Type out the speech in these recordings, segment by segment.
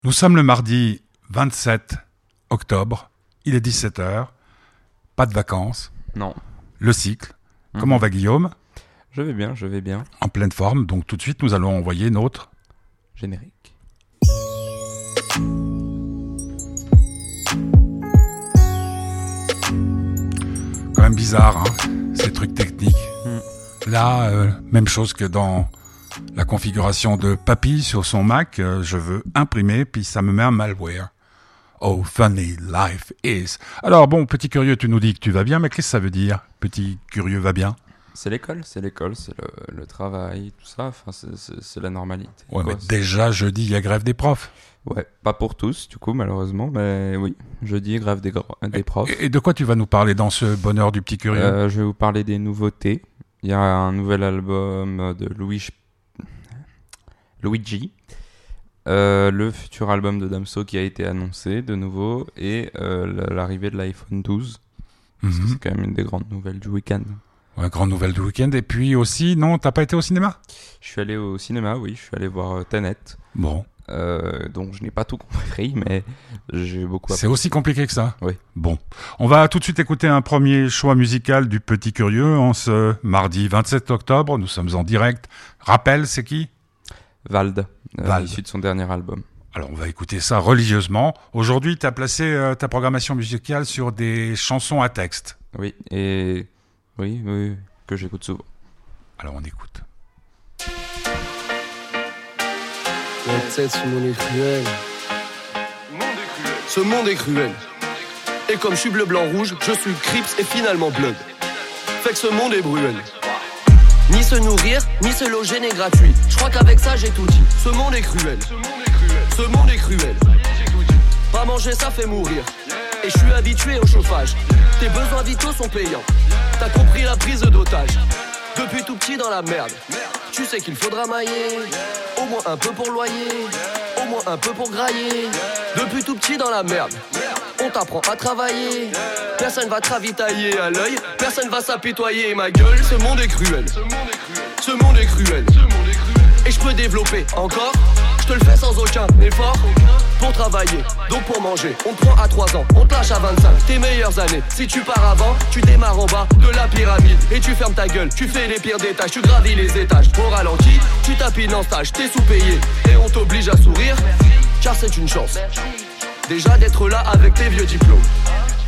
Nous sommes le mardi 27 octobre, il est 17h, pas de vacances. Non. Le cycle. Comment va Guillaume ? Je vais bien. En pleine forme, donc tout de suite nous allons envoyer notre générique. Quand même bizarre, hein, ces trucs techniques. Là, même chose que dans la configuration de Papy sur son Mac, je veux imprimer, puis ça me met un malware. Oh, funny life is. Alors bon, petit curieux, tu nous dis que tu vas bien, mais qu'est-ce que ça veut dire, petit curieux va bien ? C'est l'école, c'est le travail, tout ça, enfin, c'est la normalité. Ouais, mais déjà, jeudi, il y a grève des profs. Ouais, pas pour tous, du coup, malheureusement, mais oui, jeudi, grève des profs. Et de quoi tu vas nous parler dans ce bonheur du petit curieux ? Je vais vous parler des nouveautés. Il y a un nouvel album de Luigi. Le futur album de Damso qui a été annoncé de nouveau et l'arrivée de l'iPhone 12. Parce que c'est quand même une des grandes nouvelles du week-end. Ouais, grande nouvelle du week-end. Et puis aussi, non, t'as pas été au cinéma ? Je suis allé au cinéma, oui. Je suis allé voir Tenet. Bon. Donc je n'ai pas tout compris, mais j'ai beaucoup appris. C'est aussi compliqué que ça ? Oui. Bon. On va tout de suite écouter un premier choix musical du petit curieux en ce mardi 27 octobre. Nous sommes en direct. Rappel, c'est qui ? Vald. Issu de son dernier album. Alors on va écouter ça religieusement. Aujourd'hui, tu as placé ta programmation musicale sur des chansons à texte. Oui, et oui, que j'écoute souvent. Alors on écoute. Ce monde est cruel. Ce monde est cruel. Et comme je suis bleu, blanc, rouge, je suis Crips et finalement Blood. Fait que ce monde est bruel. Ni se nourrir, ni se loger n'est gratuit. Je crois qu'avec ça j'ai tout dit. Ce monde est cruel. Ce monde est cruel. Pas manger ça fait mourir. Et je suis habitué au chauffage. Tes besoins vitaux sont payants. T'as compris la prise d'otage. Depuis tout petit dans la merde. Tu sais qu'il faudra mailler. Au moins un peu pour loyer. Au moins un peu pour grailler. Depuis tout petit dans la merde. On t'apprend à travailler. Personne va te ravitailler à l'œil. Personne va s'apitoyer. Ma gueule, ce monde est cruel. Ce monde est cruel. Et je peux développer encore. Je te le fais sans aucun effort. Pour travailler, donc pour manger. On te prend à 3 ans, on te lâche à 25. Tes meilleures années, si tu pars avant, tu démarres en bas de la pyramide. Et tu fermes ta gueule, tu fais les pires des tâches. Tu gravis les étages, au ralenti. Tu tapines en stage, t'es sous-payé. Et on t'oblige à sourire, car c'est une chance. Déjà d'être là avec tes vieux diplômes. Hein ?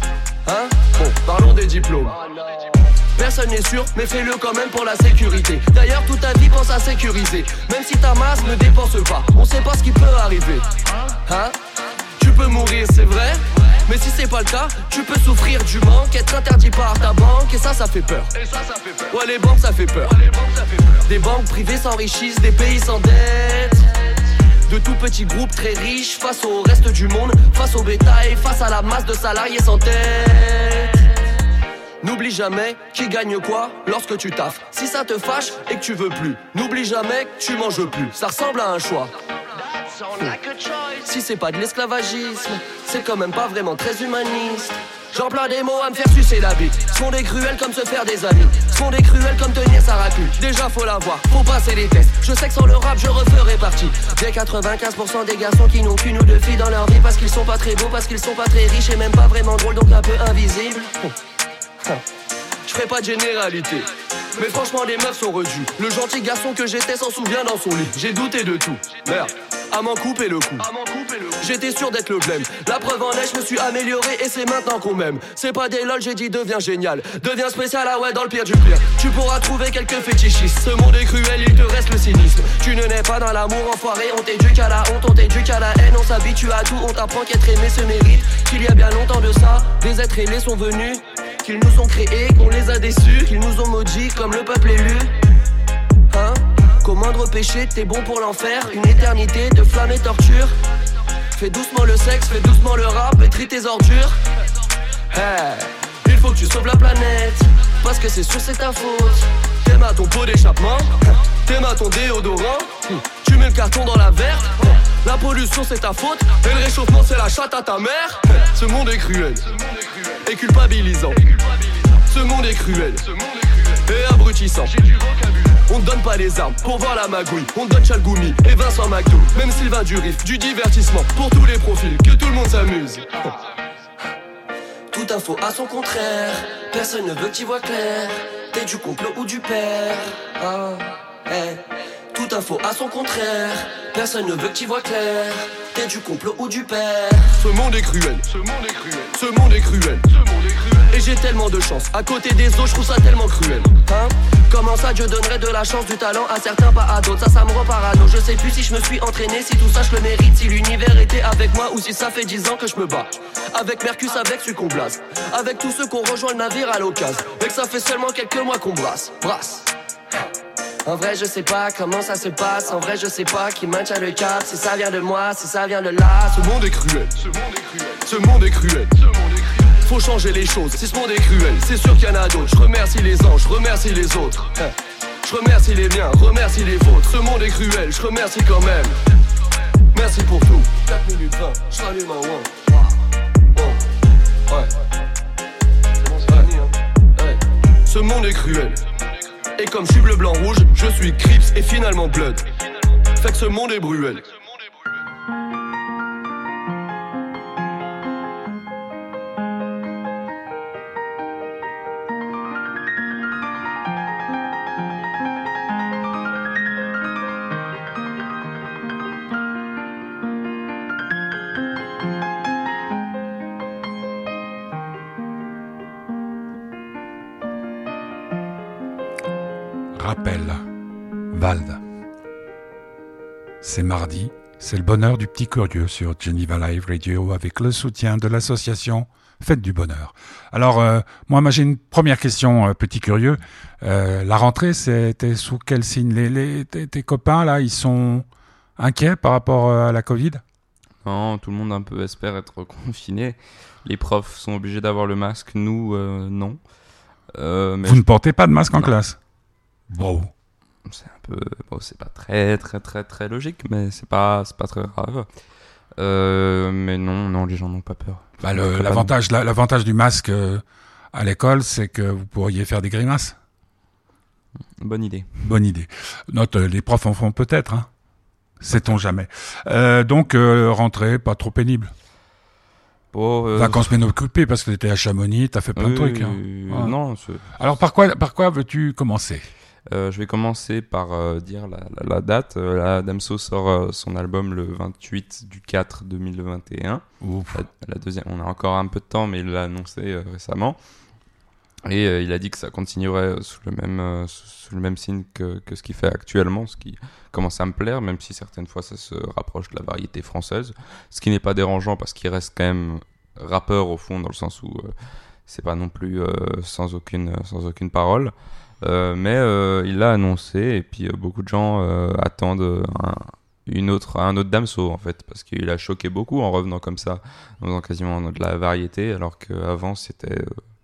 Bon, parlons des diplômes. Personne n'est sûr, mais fais-le quand même pour la sécurité. D'ailleurs, toute ta vie pense à sécuriser. Même si ta masse ne dépense pas, on sait pas ce qui peut arriver. Hein ? Tu peux mourir, c'est vrai. Mais si c'est pas le cas, tu peux souffrir du manque, être interdit par ta banque, et ça fait peur. Ouais, les banques, ça fait peur. Des banques privées s'enrichissent, des pays s'endettent. De tout petits groupes très riches face au reste du monde, face au bétail, face à la masse de salariés sans tête. N'oublie jamais qui gagne quoi lorsque tu taffes. Si ça te fâche et que tu veux plus, n'oublie jamais que tu manges plus. Ça ressemble à un choix. Si c'est pas de l'esclavagisme, c'est quand même pas vraiment très humaniste. J'emploie des mots à me faire sucer la bite. Ce monde est cruel comme se faire des amis. Ce monde est cruel comme tenir sa raclure. Déjà faut l'avoir, faut passer les tests. Je sais que sans le rap je referai partie des 95% des garçons qui n'ont qu'une ou deux filles dans leur vie. Parce qu'ils sont pas très beaux, parce qu'ils sont pas très riches et même pas vraiment drôles, donc un peu invisibles. Je ferai pas de généralité, mais franchement les meufs sont redues. Le gentil garçon que j'étais s'en souvient dans son lit. J'ai douté de tout, merde, à m'en couper le cou. J'étais sûr d'être le blême. La preuve en est, je me suis amélioré et c'est maintenant qu'on m'aime. C'est pas des lol, j'ai dit deviens génial. Deviens spécial, ah ouais, dans le pire du pire. Tu pourras trouver quelques fétichistes. Ce monde est cruel, il te reste le cynisme. Tu ne nais pas dans l'amour enfoiré. On t'éduque à la honte, on t'éduque à la haine. On s'habitue à tout, on t'apprend qu'être aimé se mérite. Qu'il y a bien longtemps de ça, des êtres ailés sont venus. Qu'ils nous ont créés, qu'on les a déçus. Qu'ils nous ont maudits comme le peuple élu. Hein ? Qu'au moindre péché, t'es bon pour l'enfer. Une éternité de flammes et torture. Fais doucement le sexe, fais doucement le rap et trie tes ordures. Hey, il faut que tu sauves la planète. Parce que c'est sûr c'est ta faute. T'aimes à ton pot d'échappement. T'aimes à ton déodorant. Tu mets le carton dans la verte. La pollution c'est ta faute. Et le réchauffement c'est la chatte à ta mère. Ce monde est cruel et culpabilisant. Ce monde est cruel et abrutissant. J'ai du vocabulaire. On te donne pas les armes pour voir la magouille. On te donne Chalgoumi et Vincent McDo. Même Sylvain du riff, du divertissement pour tous les profils, que tout le monde s'amuse. Toute info à son contraire, personne ne veut que t'y vois clair. T'es du complot ou du père. Toute info à son contraire, personne ne veut que t'y vois clair. T'es du complot ou du père. Ce monde est cruel, ce monde est cruel, ce monde est cruel, ce monde est cruel. Et j'ai tellement de chance, à côté des autres, je trouve ça tellement cruel. Comment ça Dieu donnerait de la chance, du talent à certains, pas à d'autres. Ça me rend parano, je sais plus si je me suis entraîné, si tout ça je le mérite, si l'univers était avec moi ou si ça fait 10 ans que je me bats. Avec Mercus, avec celui qu'on blase, avec tous ceux qu'on rejoint le navire à l'occasion. Et que ça fait seulement quelques mois qu'on brasse. En vrai je sais pas comment ça se passe. En vrai je sais pas qui maintient le cap. Si ça vient de moi, si ça vient de là. Ce monde est cruel, ce monde est cruel, ce monde est cruel, ce monde est cruel. Faut changer les choses, si ce monde est cruel, c'est sûr qu'il y en a d'autres. Je remercie les anges, je remercie les autres. Je remercie les miens, remercie les vôtres. Ce monde est cruel, je remercie quand même. Merci pour tout. 4 minutes 20, je rallume un one. Ouais. C'est bon, c'est fini, hein. Ouais. Ce monde est cruel. Et comme je suis bleu, blanc, rouge, je suis Crips et finalement Blood. Fait que ce monde est bruel. Rappel, Vald. C'est mardi, c'est le bonheur du petit curieux sur Geneva Live Radio avec le soutien de l'association Fête du Bonheur. Alors, moi j'ai une première question, petit curieux. La rentrée, c'était sous quel signe? Tes copains, là, ils sont inquiets par rapport à la Covid? Non, tout le monde un peu espère être confiné. Les profs sont obligés d'avoir le masque, nous, non. Mais vous ne portez pas de masque en classe? Wow. C'est un peu, bon, c'est pas très logique, mais c'est pas très grave. Mais non, les gens n'ont pas peur. Bah l'avantage du masque à l'école, c'est que vous pourriez faire des grimaces. Bonne idée. Note, les profs en font peut-être, hein. Sait-on jamais. Donc rentrée pas trop pénible. Bon, vacances bien occupées parce que t'étais à Chamonix, t'as fait plein de trucs. Hein. Non. Alors par quoi veux-tu commencer? Je vais commencer par dire la date. Damso sort son album le 28 du 4 2021. La deuxième, on a encore un peu de temps, mais il l'a annoncé récemment. Et il a dit que ça continuerait sous le même signe que ce qu'il fait actuellement, ce qui commence à me plaire, même si certaines fois ça se rapproche de la variété française. Ce qui n'est pas dérangeant parce qu'il reste quand même rappeur au fond, dans le sens où c'est pas non plus sans aucune parole. Mais il l'a annoncé et puis beaucoup de gens attendent un autre Damso en fait, parce qu'il a choqué beaucoup en revenant comme ça, en faisant quasiment de la variété, alors qu'avant c'était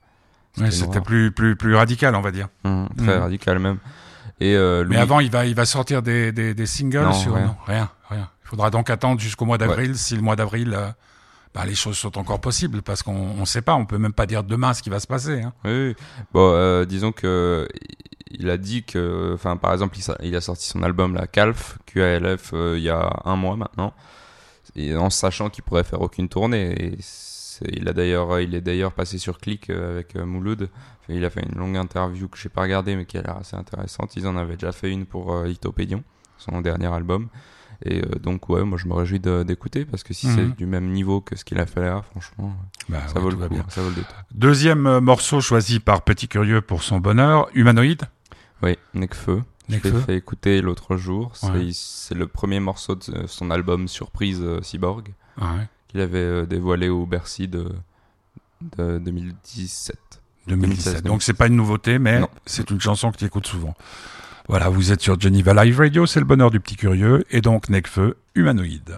plus radical, on va dire. Très radical même. Et mais avant il va sortir des singles? Non, rien. Il faudra donc attendre jusqu'au mois d'avril, si le mois d'avril les choses sont encore possibles, parce qu'on sait pas, on peut même pas dire demain ce qui va se passer, hein. Oui. Bon, disons que il a dit que, enfin, par exemple, il a sorti son album la Calf, QALF, il y a un mois maintenant, et en sachant qu'il pourrait faire aucune tournée. Et il est d'ailleurs passé sur Click avec Mouloud. Il a fait une longue interview que j'ai pas regardée, mais qui a l'air assez intéressante. Ils en avaient déjà fait une pour Lithopédion, son dernier album. Et donc moi je me réjouis d'écouter, parce que si c'est du même niveau que ce qu'il a fait là, franchement, ça vaut le coup, ça vaut le détour. Deuxième morceau choisi par Petit Curieux pour son bonheur, Humanoïde. Oui, Nekfeu. Je l'ai fait écouter l'autre jour. C'est le premier morceau de son album Surprise Cyborg, qu'il avait dévoilé au Bercy de 2017. 2017. Donc c'est pas une nouveauté, mais c'est une chanson que tu écoutes souvent. Voilà, vous êtes sur Geneva Live Radio, c'est le bonheur du petit curieux, et donc Nekfeu, Humanoïde.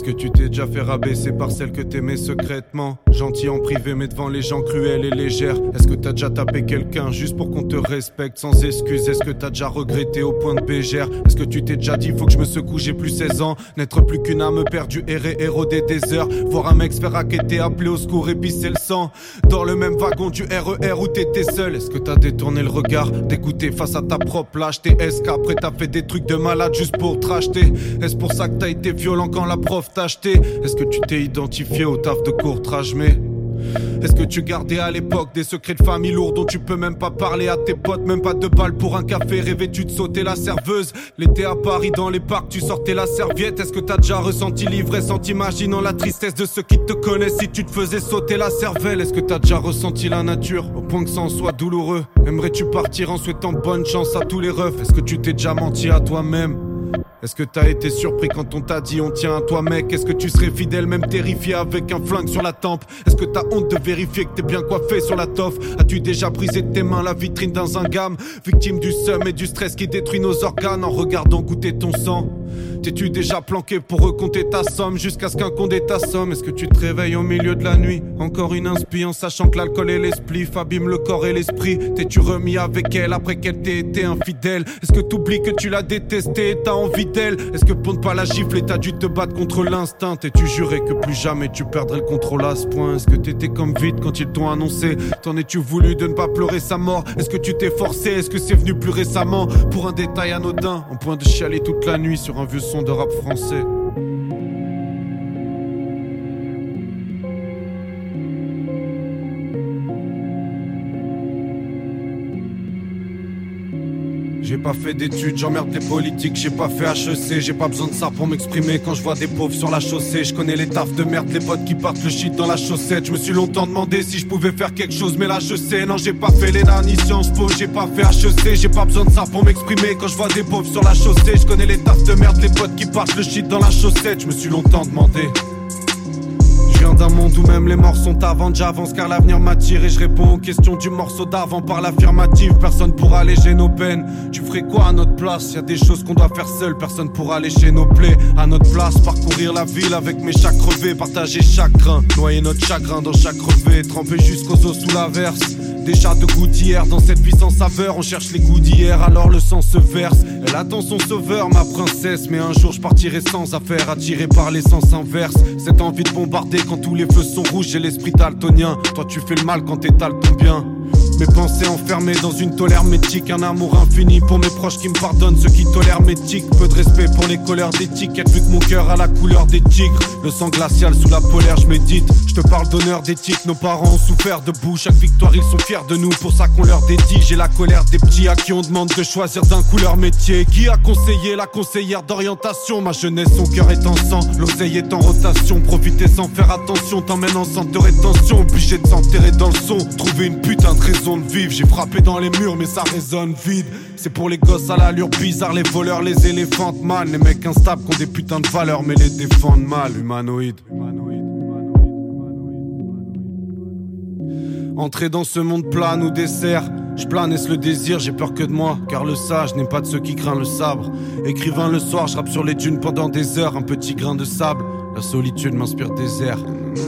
que tu t'es déjà fait rabaisser par celle que t'aimais secrètement? Gentil en privé mais devant les gens cruelle et légère. Est-ce que t'as déjà tapé quelqu'un juste pour qu'on te respecte sans excuse? Est-ce que t'as déjà regretté au point de bégère? Est-ce que tu t'es déjà dit faut que je me secoue, j'ai plus 16 ans, n'être plus qu'une âme perdue, errer, éroder des heures, voir un mec se faire raqueter, appeler au secours, épicer le sang dans le même wagon du RER où t'étais seul? Est-ce que t'as détourné le regard, d'écouter face à ta propre lâcheté? Est-ce qu'après t'as fait des trucs de malade juste pour te racheter? Est-ce pour ça que t'as été violent quand la prof t'a acheté? Est-ce que tu t'es identifié au taf de court-trage? Mais est-ce que tu gardais à l'époque des secrets de famille lourds dont tu peux même pas parler à tes potes? Même pas de balles pour un café, rêvais-tu de sauter la serveuse? L'été à Paris dans les parcs, tu sortais la serviette. Est-ce que t'as déjà ressenti l'ivresse en t'imaginant la tristesse de ceux qui te connaissent si tu te faisais sauter la cervelle? Est-ce que t'as déjà ressenti la nature au point que ça en soit douloureux? Aimerais-tu partir en souhaitant bonne chance à tous les refs? Est-ce que tu t'es déjà menti à toi-même? Est-ce que t'as été surpris quand on t'a dit on tient à toi mec? Est-ce que tu serais fidèle même terrifié avec un flingue sur la tempe? Est-ce que t'as honte de vérifier que t'es bien coiffé sur la toffe? As-tu déjà brisé de tes mains la vitrine dans un gamme? Victime du seum et du stress qui détruit nos organes en regardant goûter ton sang? T'es-tu déjà planqué pour recompter ta somme jusqu'à ce qu'un condé t'assomme? Est-ce que tu te réveilles au milieu de la nuit, encore une inspi, en sachant que l'alcool et l'esprit abîment le corps et l'esprit? T'es-tu remis avec elle après qu'elle t'ait été infidèle? Est-ce que t'oublies que tu l'as détestée et t'as envie d'elle? Est-ce que pour ne pas la gifler t'as dû te battre contre l'instinct? T'es-tu juré que plus jamais tu perdrais le contrôle à ce point? Est-ce que t'étais comme vide quand ils t'ont annoncé? T'en es-tu voulu de ne pas pleurer sa mort? Est-ce que tu t'es forcé? Est-ce que c'est venu plus récemment? Pour un détail anodin, en point de chialer toute la nuit sur un vieux son de rap français. J'ai pas fait d'études, j'emmerde les politiques, j'ai pas fait HEC, j'ai pas besoin de ça pour m'exprimer quand je vois des pauvres sur la chaussée. Je connais les tafs de merde, les potes qui partent le shit dans la chaussette. Je me suis longtemps demandé si je pouvais faire quelque chose, mais là je sais. Non, j'ai pas fait l'ENA ni Sciences Po, j'ai pas fait HEC, j'ai pas besoin de ça pour m'exprimer quand je vois des pauvres sur la chaussée. Je connais les tafs de merde, les potes qui partent le shit dans la chaussette. Je me suis longtemps demandé. Je viens d'un monde où même les morts sont avant, j'avance car l'avenir m'attire et je réponds aux questions du morceau d'avant par l'affirmative. Personne pourra alléger nos peines. Tu ferais quoi à notre place? Y'a des choses qu'on doit faire seul, personne pourra lécher nos plaies. À notre place, parcourir la ville avec mes chats crevés, partager chaque grain, noyer notre chagrin dans chaque revêt, tremper jusqu'aux os sous l'averse. Des chats de goût d'hier, dans cette puissance saveur, on cherche les goûts d'hier, alors le sang se verse. Elle attend son sauveur, ma princesse, mais un jour je partirai sans affaire, attiré par l'essence inverse. Cette envie de bombarder quand tous les feux sont rouges, j'ai l'esprit daltonien. Toi tu fais le mal quand t'étales ton bien. Mes pensées enfermées dans une tolère métique, un amour infini pour mes proches qui me pardonnent, ceux qui tolèrent mes tics. Peu de respect pour les couleurs d'étiquette, vu que mon cœur a la couleur des tigres. Le sang glacial sous la polaire, je médite. Je te parle d'honneur d'éthique, nos parents ont souffert debout. Chaque victoire ils sont fiers de nous, pour ça qu'on leur dédie. J'ai la colère des petits à qui on demande de choisir d'un coup leur métier. Qui a conseillé la conseillère d'orientation? Ma jeunesse, son cœur est en sang, l'oseille est en rotation. Profiter sans faire attention, t'emmène en centre de rétention. Obligé de s'enterrer dans le son, trouver une putain de raison de vivre. J'ai frappé dans les murs mais ça résonne vide. C'est pour les gosses à l'allure bizarre, les voleurs, les éléphantes mal. Les mecs instables qui ont des putains de valeurs mais les défendent mal. Humanoïde. Entrer dans ce monde plat nous dessert. Je plane, est-ce le désir? J'ai peur que de moi, car le sage n'est pas de ceux qui craignent le sabre. Écrivain le soir, je rappe sur les dunes pendant des heures. Un petit grain de sable, la solitude m'inspire des airs.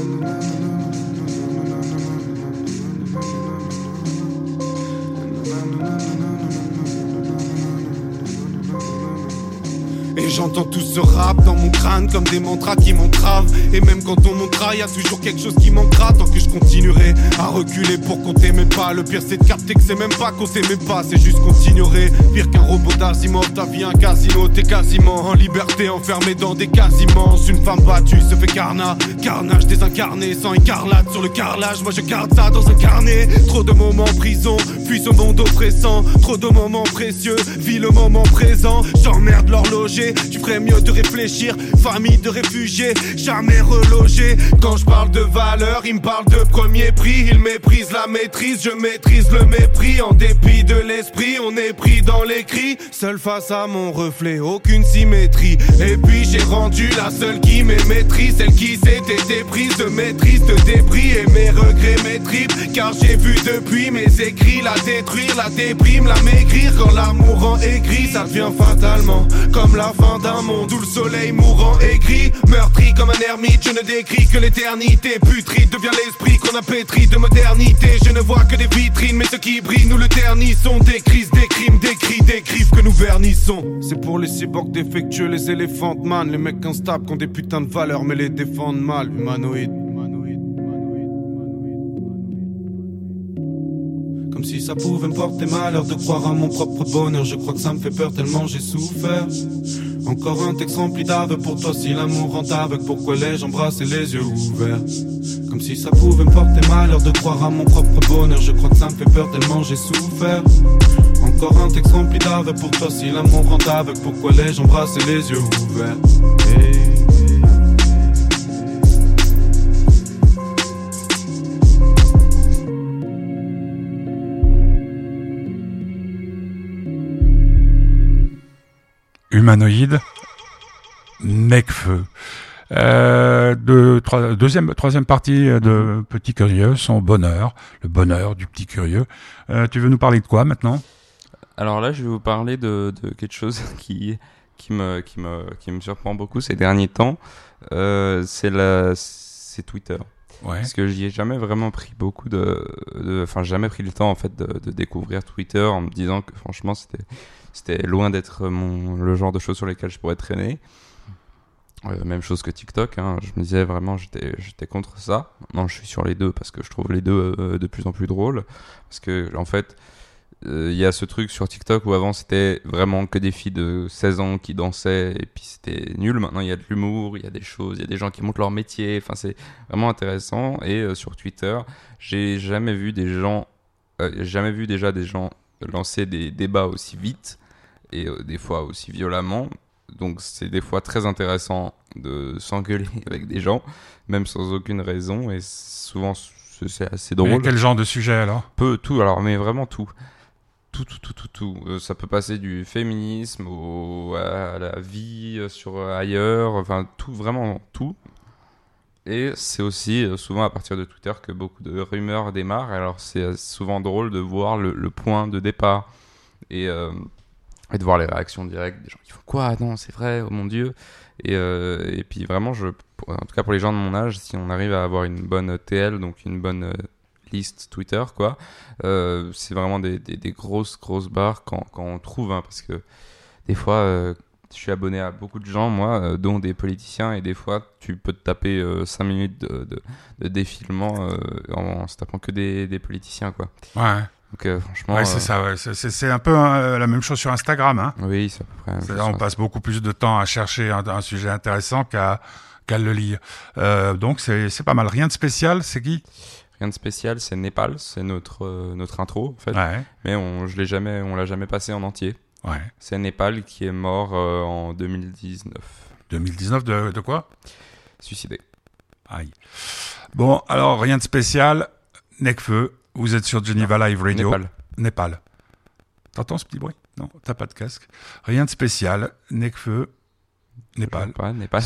Et j'entends tout ce rap dans mon crâne comme des mantras qui m'entravent. Et même quand on montera, y'a toujours quelque chose qui manquera. Tant que je continuerai à reculer pour qu'on t'aimait pas. Le pire c'est de capter que c'est même pas qu'on t'aimait pas, c'est juste qu'on t'ignorait. Pire qu'un robot d'Asimov, ta vie un casino. T'es quasiment en liberté, enfermé dans des quasiments. Une femme battue se fait carnage désincarné, sans écarlate sur le carrelage. Moi je garde ça dans un carnet. Trop de moments en prison, puis ce monde oppressant. Trop de moments précieux, vis le moment présent. J'emmerde l'horloger. Tu ferais mieux de réfléchir, famille de réfugiés, jamais relogés. Quand je parle de valeur, ils me parlent de premier prix. Ils méprisent la maîtrise, je maîtrise le mépris. En dépit de l'esprit, on est pris dans les écrit, seul face à mon reflet, aucune symétrie. Et puis j'ai rendu la seule qui m'émaîtrise, celle qui s'était déprise de maîtrise, de débris et mes regrets, mes tripes. Car j'ai vu depuis mes écrits la détruire, la déprime, la maigrir. Quand l'amour rend aigri, ça devient fatalement comme la fin d'un monde où le soleil mourant aigri, meurtri comme un ermite. Je ne décris que l'éternité, putride devient l'esprit qu'on a pétri de modernité. Je ne vois que des vitrines, mais ceux qui brillent nous le ternissons. Des crises, des crimes, des cris, des griffes que nous vernissons. C'est pour les cyborgs défectueux, les éléphants man, les mecs instables qui ont des putains de valeurs mais les défendent mal. Humanoïdes. Comme si ça pouvait me porter malheur de croire à mon propre bonheur. Je crois que ça me fait peur tellement j'ai souffert. Encore un texte rempli d'aveux pour toi. Si l'amour rend aveugle, pourquoi l'ai-je embrassé les yeux ouverts? Comme si ça pouvait me porter malheur de croire à mon propre bonheur. Je crois que ça me fait peur tellement j'ai souffert. Encore un texte rempli d'aveux pour toi. Si l'amour rend aveugle, pourquoi l'ai-je embrassé les yeux ouverts? Humanoïde, Necfeu. Troisième partie de Petit Curieux, son bonheur, le bonheur du petit curieux. Tu veux nous parler de quoi maintenant? Alors là, je vais vous parler de quelque chose qui me surprend beaucoup ces derniers temps. C'est Twitter. Ouais. Parce que j'y ai jamais vraiment pris jamais pris le temps en fait de découvrir Twitter en me disant que franchement c'était loin d'être le genre de choses sur lesquelles je pourrais traîner. Même chose que TikTok, hein. Je me disais vraiment j'étais contre ça. Maintenant je suis sur les deux parce que je trouve les deux de plus en plus drôles. Parce que en fait il y a ce truc sur TikTok où avant c'était vraiment que des filles de 16 ans qui dansaient et puis c'était nul. Maintenant il y a de l'humour, il y a des choses, il y a des gens qui montrent leur métier, enfin c'est vraiment intéressant. Et sur Twitter j'ai jamais vu déjà des gens lancer des débats aussi vite et des fois aussi violemment. Donc c'est des fois très intéressant de s'engueuler avec des gens même sans aucune raison et souvent c'est assez drôle. Mais quel genre de sujet alors? Tout, alors mais vraiment tout. Tout. Ça peut passer du féminisme à la vie ailleurs, enfin tout, vraiment tout. Et c'est aussi souvent à partir de Twitter que beaucoup de rumeurs démarrent. Alors c'est souvent drôle de voir le point de départ et de voir les réactions directes des gens qui font quoi? Non, c'est vrai, oh mon Dieu. Et puis vraiment, en tout cas pour les gens de mon âge, si on arrive à avoir une bonne TL, donc une bonne liste Twitter, quoi, c'est vraiment des grosses barres quand on trouve, hein, parce que des fois, je suis abonné à beaucoup de gens, moi, dont des politiciens, et des fois, tu peux te taper 5 minutes de défilement en se tapant que des politiciens, quoi. Ouais. Donc franchement, ouais, c'est ça. Ouais. C'est un peu la même chose sur Instagram, hein. Oui, c'est à peu près. C'est-à-dire, on passe beaucoup plus de temps à chercher un sujet intéressant qu'à le lire. Donc c'est pas mal. Rien de spécial, c'est qui? Rien de spécial, c'est Népal, c'est notre intro en fait. Ouais. Mais on l'a jamais passé en entier. Ouais. C'est Népal qui est mort en 2019. 2019 de quoi? Suicidé. Aïe. Bon, alors rien de spécial. Necfeu, vous êtes sur Geneva Live Radio. Népal. T'entends ce petit bruit? Non, t'as pas de casque. Rien de spécial. Necfeu, Népal. Népal.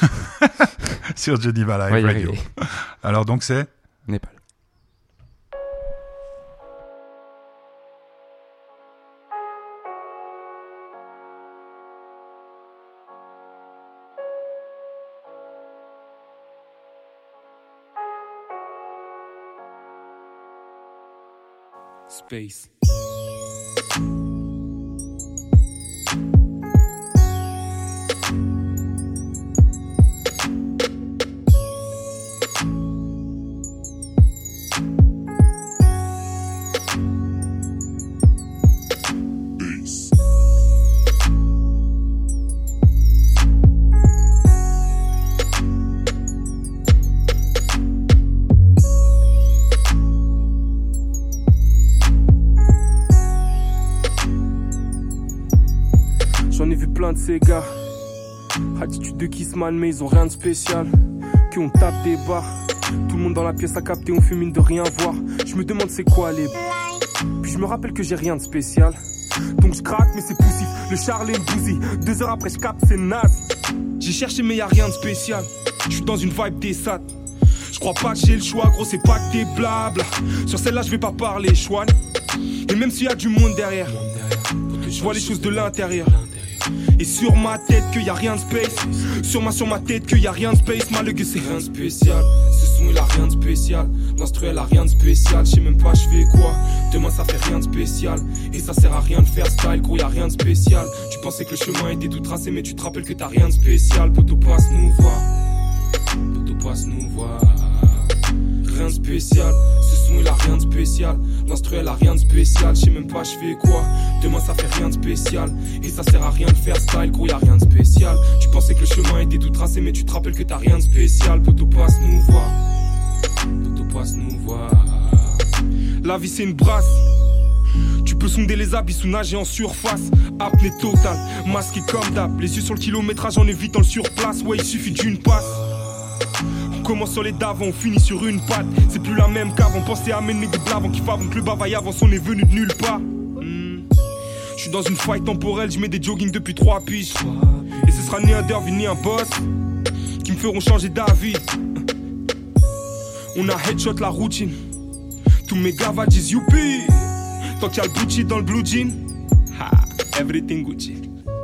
Sur Geneva Live Radio. Alors donc c'est Népal. Space. J'en ai vu plein de ces gars, attitude de Kissman mais ils ont rien de spécial. Que on tape des barres, tout le monde dans la pièce a capté, on fume mine de rien voir. Je me demande c'est quoi les... Puis je me rappelle que j'ai rien de spécial. Donc je craque mais c'est poussif, le Charles et le bousille. 2 heures après je capte c'est naze. J'ai cherché mais y'a rien de spécial. Je suis dans une vibe des sats. Je crois pas que j'ai le choix, gros c'est pas que des blabla. Sur celle-là je vais pas parler chouane. Et même s'il y a du monde derrière, je vois les choses de l'intérieur. Et sur ma tête que y a rien de space. Sur ma tête que y a rien de space. Malgré c'est rien de spécial. Ce son il a rien de spécial. L'instru elle a rien de spécial. J'sais même pas j'fais quoi. Demain ça fait rien de spécial. Et ça sert à rien de faire style. Gros y a rien de spécial. Tu pensais que le chemin était tout tracé. Mais tu te rappelles que t'as rien de spécial. Poto passe nous voir. Poto passe nous voir. Rien de spécial. Ce son il a rien de spécial. L'instru elle a rien de spécial. J'sais même pas j'fais quoi. Demain ça fait rien de spécial. Et ça sert à rien de faire style. Gros y'a rien de spécial. Tu pensais que le chemin était tout tracé. Mais tu te rappelles que t'as rien de spécial. Poto passe nous voir. Poto passe nous voir. La vie c'est une brasse. Tu peux sonder les abysses ou nager en surface. Apnée totale, masqué comme d'hab. Les yeux sur le kilométrage en évitant le surplace. Ouais il suffit d'une passe. On commence sur les d'avant, on finit sur une patte. C'est plus la même qu'avant, pensez à amener des blavants qui favent. Donc le bavaille avance, on est venu de nulle part. Je suis dans une faille temporelle, je mets des jogging depuis 3 piges. Et ce sera ni un derby ni un boss qui me feront changer d'avis. On a headshot la routine. Tous mes gavas disent youpi. Tant qu'il y a le Gucci dans le blue jean, ha, everything Gucci.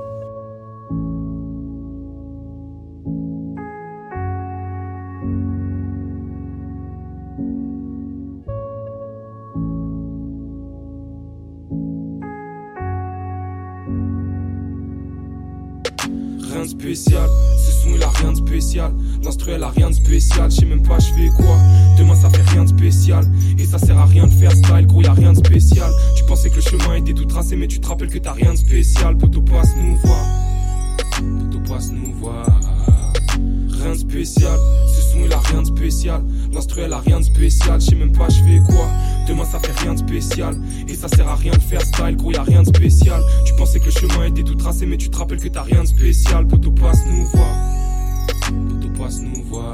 Rien de spécial, ce son il a rien de spécial. L'instru elle a rien de spécial, j'sais même pas j'fais quoi. Demain ça fait rien de spécial. Et ça sert à rien de faire style, gros y'a rien de spécial. Tu pensais que le chemin était tout tracé mais tu te rappelles que t'as rien de spécial. Poto passe nous voir. Poto passe nous voir. Rien de spécial, ce son il a rien de spécial. L'instru elle a rien de spécial, j'sais même pas j'fais quoi. Demain ça fait rien de spécial. Et ça sert à rien de faire style, gros y'a rien de spécial. Tu pensais que le chemin était tout tracé mais tu te rappelles que t'as rien de spécial. Poto passe nous voir. Poto passe nous voir.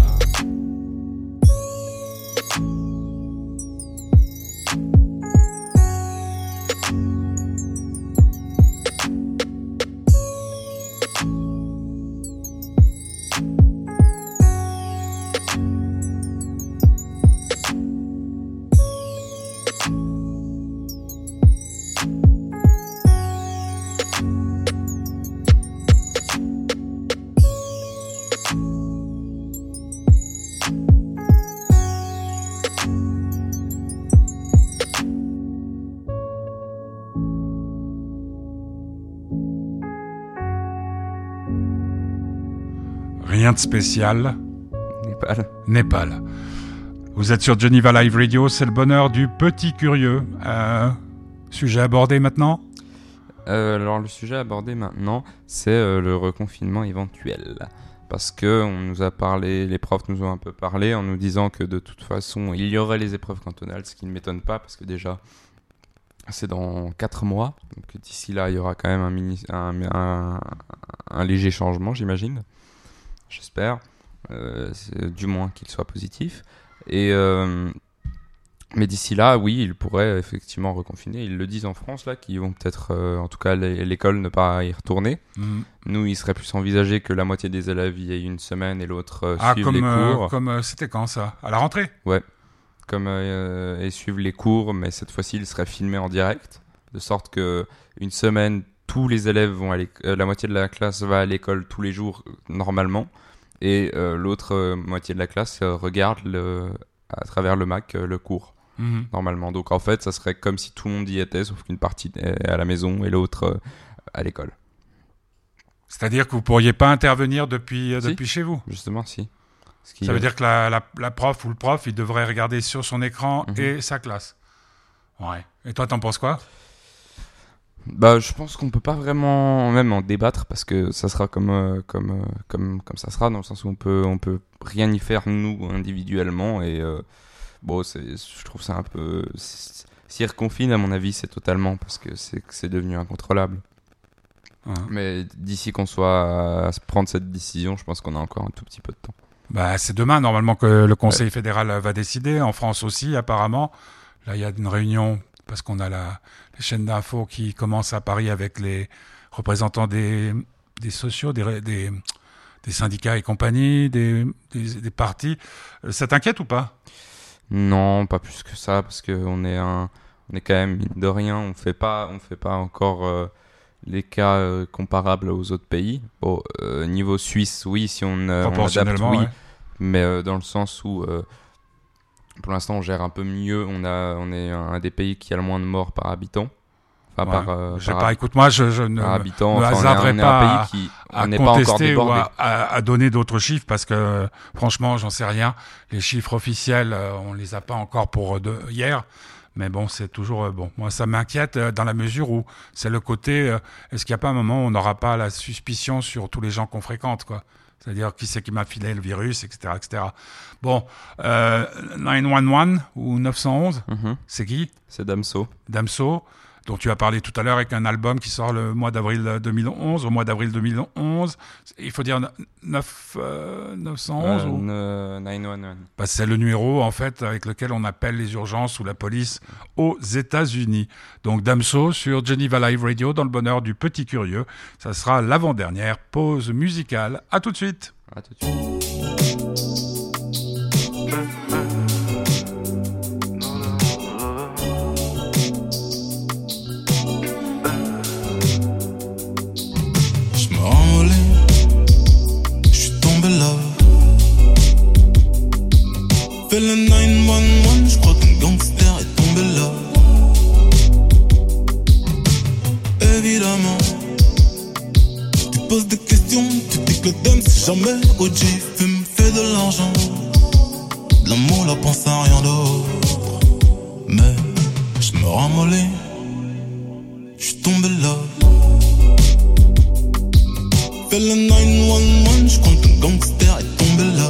Rien de spécial. Népal. Vous êtes sur Geneva Live Radio, c'est le bonheur du petit curieux. Sujet abordé maintenant ? Alors le sujet abordé maintenant, c'est le reconfinement éventuel. Parce que on nous a parlé, les profs nous ont un peu parlé en nous disant que de toute façon, il y aurait les épreuves cantonales, ce qui ne m'étonne pas parce que déjà, c'est dans 4 mois. Donc d'ici là, il y aura quand même un léger changement, j'imagine. J'espère, du moins qu'il soit positif. Mais d'ici là, oui, ils pourraient effectivement reconfiner. Ils le disent en France, là, qu'ils vont peut-être, en tout cas l'école, ne pas y retourner. Nous, il serait plus envisagé que la moitié des élèves y aient une semaine et l'autre suivent les cours. C'était quand ça ? À la rentrée ? Ouais, et suivent les cours, mais cette fois-ci, ils seraient filmés en direct, de sorte que une semaine, tous les élèves vont à la moitié de la classe va à l'école tous les jours normalement, et l'autre moitié de la classe regarde à travers le Mac le cours normalement. Donc en fait, ça serait comme si tout le monde y était, sauf qu'une partie est à la maison et l'autre à l'école. C'est-à-dire que vous pourriez pas intervenir depuis chez vous ? Justement, si. Ça veut dire que la prof ou le prof, il devrait regarder sur son écran et sa classe. Ouais. Et toi, t'en penses quoi ? Bah, je pense qu'on peut pas vraiment même en débattre parce que ça sera comme ça sera, dans le sens où on peut rien y faire nous individuellement, et je trouve ça un peu, s'y reconfine, à mon avis, c'est totalement parce que c'est devenu incontrôlable. Mais d'ici qu'on soit à prendre cette décision, je pense qu'on a encore un tout petit peu de temps. Bah, c'est demain normalement que le Conseil fédéral va décider, en France aussi apparemment. Là, il y a une réunion parce qu'on a les chaînes d'infos qui commencent à Paris avec les représentants des sociaux, des syndicats et compagnie, des partis. Ça t'inquiète ou pas ? Non, pas plus que ça, parce que on est quand même, mine de rien, on fait pas encore les cas comparables aux autres pays. Bon, niveau Suisse, oui, si on adapte, oui, ouais. Mais dans le sens où pour l'instant on gère un peu mieux. On est un des pays qui a le moins de morts par habitant. Enfin, écoute, moi, je ne me hasarderai pas à contester ou à donner d'autres chiffres parce que, franchement, j'en sais rien. Les chiffres officiels, on les a pas encore pour hier. Mais bon, c'est toujours bon. Moi, ça m'inquiète dans la mesure où c'est le côté. Est-ce qu'il n'y a pas un moment où on n'aura pas la suspicion sur tous les gens qu'on fréquente, quoi ? C'est-à-dire qui c'est qui m'a filé le virus, etc., etc. Bon, 911 ou 911, c'est qui ? C'est Damso. Damso, dont tu as parlé tout à l'heure avec un album qui sort le mois d'avril 2011. Au mois d'avril 2011, il faut dire 911 ou 911. Bah, c'est le numéro en fait avec lequel on appelle les urgences ou la police aux États-Unis. Donc Damso sur Geneva Live Radio dans le bonheur du petit curieux. Ça sera l'avant-dernière pause musicale. À tout de suite. À tout de suite. Fais le 911, je crois qu'un gangster est tombé là. Évidemment, tu poses des questions, tu dis que le dame c'est jamais OG. Fume, fait de l'argent, de l'amour, la pense à rien d'autre. Mais je me ramollis, je suis tombé là. Fais le 911, je crois qu'un gangster est tombé là.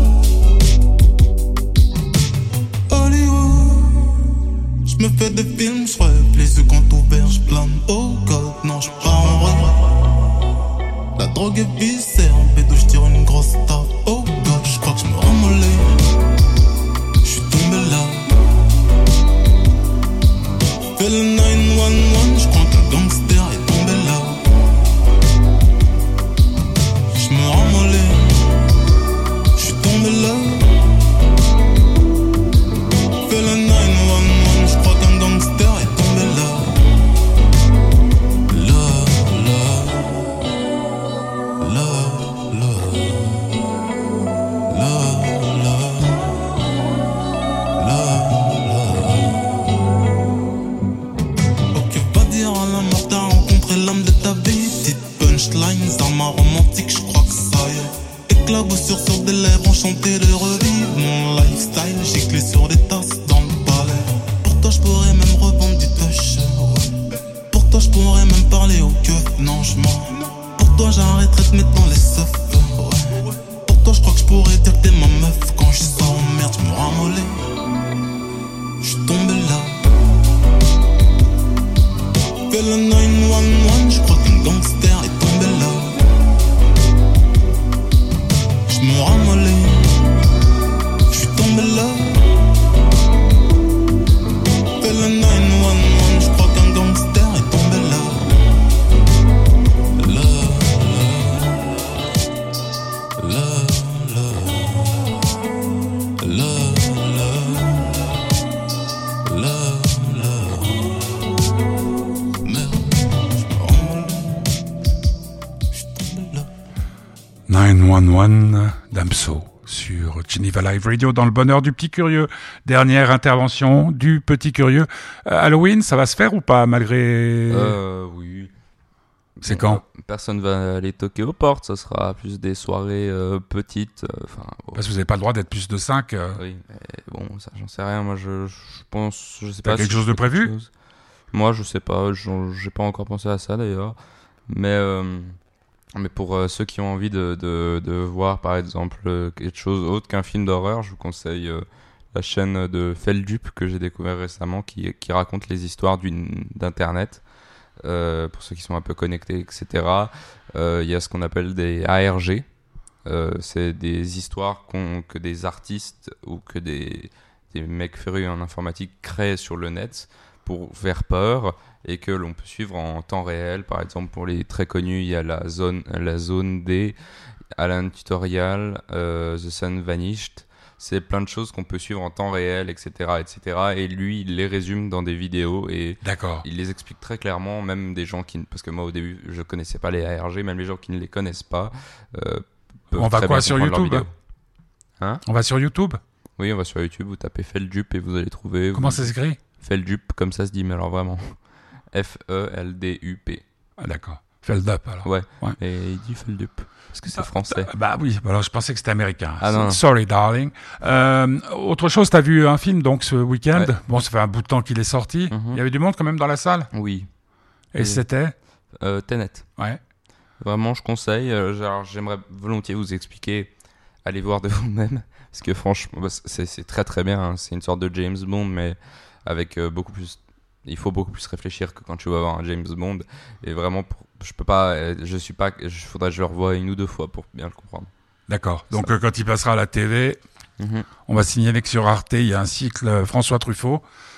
Je me fais des films, je rêve, les yeux quand ouverts, je plane. Oh God, non, je pars en vrai. La drogue est viscère, en pédo, je tire une grosse tarte. Oh God, je crois que je me ramollis. Je suis tombé là. Fais le 911, je crois que le gangster est tombé là. Je me ramollis. Je suis tombé là. Fais le 911. Je crois qu'un gangster est tombé là. Ok, va dire à la mort, t'as rencontré l'âme de ta vie. Petite punchlines, dans ma romantique, je crois que ça y est. Éclaboussure sur des lèvres, enchanté de revivre mon lifestyle. J'ai clé sur des tasses dans le palais. Pour toi, je pourrais même revendre du touch. Pour toi, je pourrais même parler au keuf. Non, je mens. Pour toi, j'arrêterai de te mettre dans les seufs. Pour toi, je crois que je pourrais dire que t'es ma meuf. Quand je sors en merde, je me ramollis. Je suis tombé là. Fais le 911, je crois qu'un gangster est tombé là. Je me ramollis. Je suis tombé là. Fais le 911, je crois qu'un gangster est tombé là. Merde, je me ramollis. Je suis tombé là. 911 Damso sur Geneva Live Radio dans le bonheur du petit curieux. Dernière intervention du petit curieux. Halloween, ça va se faire ou pas malgré... Oui. C'est quand ? Personne va aller toquer aux portes, ça sera plus des soirées petites. Parce que vous n'avez pas le droit d'être plus de 5. Oui, mais bon, ça j'en sais rien. Moi je pense, je sais pas. T'as quelque chose de prévu ? Moi je sais pas, j'ai pas encore pensé à ça d'ailleurs. Mais pour ceux qui ont envie de voir par exemple quelque chose autre qu'un film d'horreur, je vous conseille la chaîne de Feldup que j'ai découvert récemment qui raconte les histoires d'internet. Pour ceux qui sont un peu connectés, etc. Il y a ce qu'on appelle des ARG. C'est des histoires que des artistes ou que des mecs férus en informatique créent sur le net pour faire peur et que l'on peut suivre en temps réel. Par exemple, pour les très connus, il y a la zone D, Alan Tutorial, The Sun Vanished. C'est plein de choses qu'on peut suivre en temps réel, etc., etc. Et lui, il les résume dans des vidéos et il les explique très clairement, même des gens qui... Parce que moi, au début, je connaissais pas les ARG, même les gens qui ne les connaissent pas on va quoi sur YouTube On va sur YouTube. Oui, on va sur YouTube, vous tapez Feldup et vous allez trouver... Comment ça s'écrit ? Feldup, comme ça se dit, mais alors vraiment. F-E-L-D-U-P. Ah d'accord. Feldup alors. Ouais. Et il dit Feldup. Parce que c'est français. Bah oui, alors je pensais que c'était américain. Non. Sorry, darling. Autre chose, t'as vu un film donc ce week-end ? Ouais. Bon, ça fait un bout de temps qu'il est sorti. Il y avait du monde quand même dans la salle ? Oui. Et c'était Tenet. Ouais. Vraiment, je conseille. J'aimerais volontiers vous expliquer. Allez voir de vous-même. Parce que franchement, c'est très très bien. Hein. C'est une sorte de James Bond, mais avec beaucoup plus... Il faut beaucoup plus réfléchir que quand tu vas voir un James Bond. Et vraiment, faudrait que je le revoie 1 ou 2 fois pour bien le comprendre. D'accord. Donc quand il passera à la TV, on va signaler que sur Arte, il y a un cycle François Truffaut.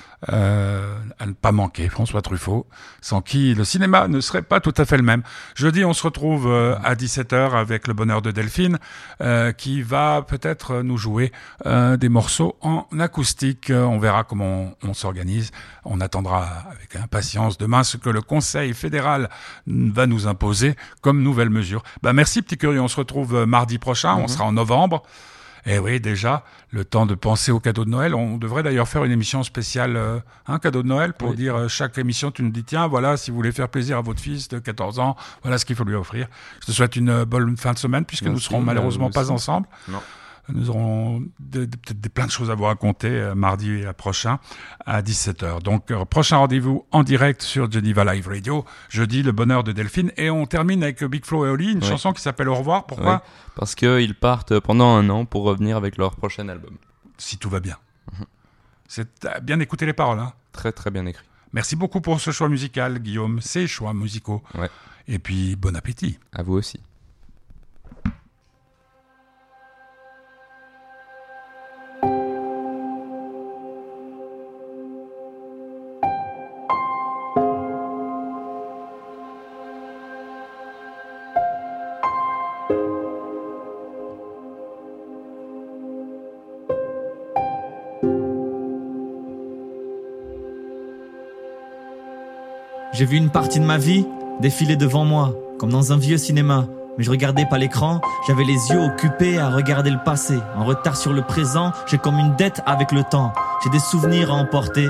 À ne pas manquer, François Truffaut, sans qui le cinéma ne serait pas tout à fait le même. Jeudi, on se retrouve à 17h avec le bonheur de Delphine, qui va peut-être nous jouer des morceaux en acoustique. On verra comment on s'organise. On attendra avec impatience demain ce que le Conseil fédéral va nous imposer comme nouvelle mesure. Merci Petit Curieux, on se retrouve mardi prochain, on sera en novembre. Et oui, déjà, le temps de penser aux cadeaux de Noël. On devrait d'ailleurs faire une émission spéciale, cadeau de Noël, pour dire chaque émission, tu nous dis, tiens, voilà, si vous voulez faire plaisir à votre fils de 14 ans, voilà ce qu'il faut lui offrir. Je te souhaite une bonne fin de semaine, puisque nous serons malheureusement pas ensemble. Non. Nous aurons peut-être plein de choses à vous raconter mardi prochain à 17h. Donc, prochain rendez-vous en direct sur Geneva Live Radio. Jeudi, le bonheur de Delphine. Et on termine avec Big Flo et Oli, une chanson qui s'appelle Au revoir. Pourquoi ? Parce qu'ils partent pendant 1 an pour revenir avec leur prochain album. Si tout va bien. T'as bien écouté les paroles, hein ? Très, très bien écrit. Merci beaucoup pour ce choix musical, Guillaume. Ces choix musicaux. Ouais. Et puis, bon appétit. À vous aussi. J'ai vu une partie de ma vie défiler devant moi, comme dans un vieux cinéma. Mais je regardais pas l'écran, j'avais les yeux occupés à regarder le passé. En retard sur le présent, j'ai comme une dette avec le temps. J'ai des souvenirs à emporter,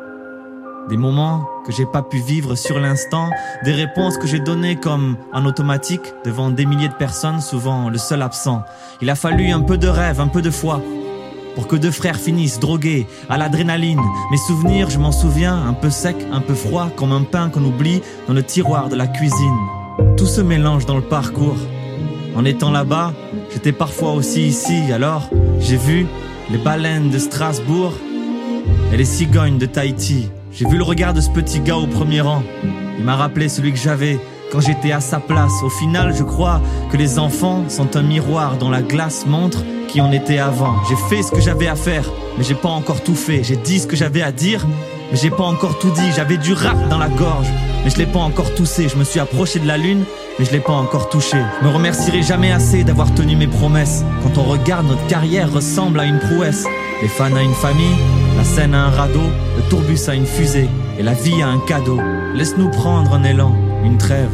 des moments que j'ai pas pu vivre sur l'instant, des réponses que j'ai données comme en automatique devant des milliers de personnes, souvent le seul absent. Il a fallu un peu de rêve, un peu de foi, pour que 2 frères finissent drogués à l'adrénaline. Mes souvenirs, je m'en souviens, un peu sec, un peu froid, comme un pain qu'on oublie dans le tiroir de la cuisine. Tout se mélange dans le parcours. En étant là-bas, j'étais parfois aussi ici. Alors, j'ai vu les baleines de Strasbourg et les cigognes de Tahiti. J'ai vu le regard de ce petit gars au premier rang. Il m'a rappelé celui que j'avais quand j'étais à sa place. Au final, je crois que les enfants sont un miroir dont la glace montre qui on était avant. J'ai fait ce que j'avais à faire, mais j'ai pas encore tout fait. J'ai dit ce que j'avais à dire, mais j'ai pas encore tout dit. J'avais du rap dans la gorge, mais je l'ai pas encore toussé. Je me suis approché de la lune, mais je l'ai pas encore touché. Je me remercierai jamais assez d'avoir tenu mes promesses. Quand on regarde, notre carrière ressemble à une prouesse. Les fans à une famille, la scène à un radeau, le tourbus à une fusée, et la vie à un cadeau. Laisse-nous prendre un élan, une trêve.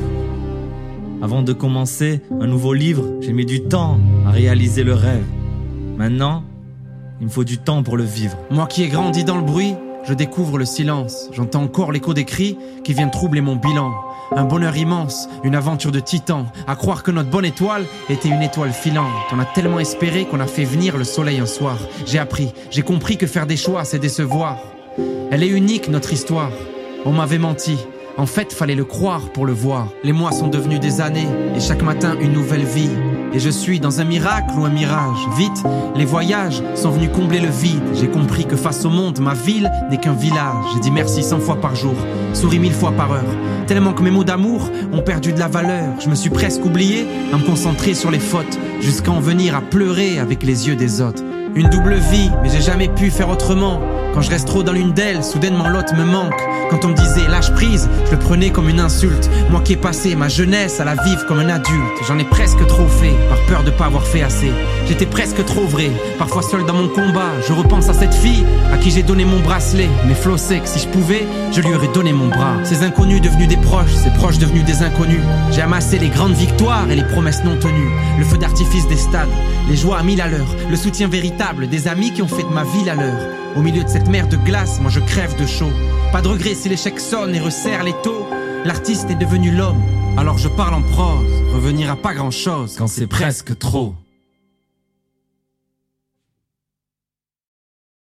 Avant de commencer un nouveau livre, j'ai mis du temps à réaliser le rêve. Maintenant, il me faut du temps pour le vivre. Moi qui ai grandi dans le bruit, je découvre le silence. J'entends encore l'écho des cris qui viennent troubler mon bilan. Un bonheur immense, une aventure de titan. À croire que notre bonne étoile était une étoile filante. On a tellement espéré qu'on a fait venir le soleil un soir. J'ai appris, j'ai compris que faire des choix, c'est décevoir. Elle est unique, notre histoire. On m'avait menti. En fait, fallait le croire pour le voir. Les mois sont devenus des années, et chaque matin une nouvelle vie. Et je suis dans un miracle ou un mirage. Vite, les voyages sont venus combler le vide. J'ai compris que face au monde, ma ville n'est qu'un village. J'ai dit merci 100 fois par jour, souri 1000 fois par heure. Tellement que mes mots d'amour ont perdu de la valeur. Je me suis presque oublié à me concentrer sur les fautes, jusqu'à en venir à pleurer avec les yeux des autres. Une double vie, mais j'ai jamais pu faire autrement. Quand je reste trop dans l'une d'elles, soudainement l'autre me manque. Quand on me disait lâche prise, je le prenais comme une insulte. Moi qui ai passé ma jeunesse à la vivre comme un adulte. J'en ai presque trop fait, par peur de pas avoir fait assez. J'étais presque trop vrai, parfois seul dans mon combat. Je repense à cette fille à qui j'ai donné mon bracelet. Mais flow sec, si je pouvais, je lui aurais donné mon bras. Ces inconnus devenus des proches, ces proches devenus des inconnus. J'ai amassé les grandes victoires et les promesses non tenues. Le feu d'artifice des stades, les joies à 1000 à l'heure. Le soutien véritable des amis qui ont fait de ma vie la leur. Au milieu de cette mer de glace, moi je crève de chaud. Pas de regret si l'échec sonne et resserre les taux. L'artiste est devenu l'homme, alors je parle en prose. Revenir à pas grand chose quand c'est presque trop.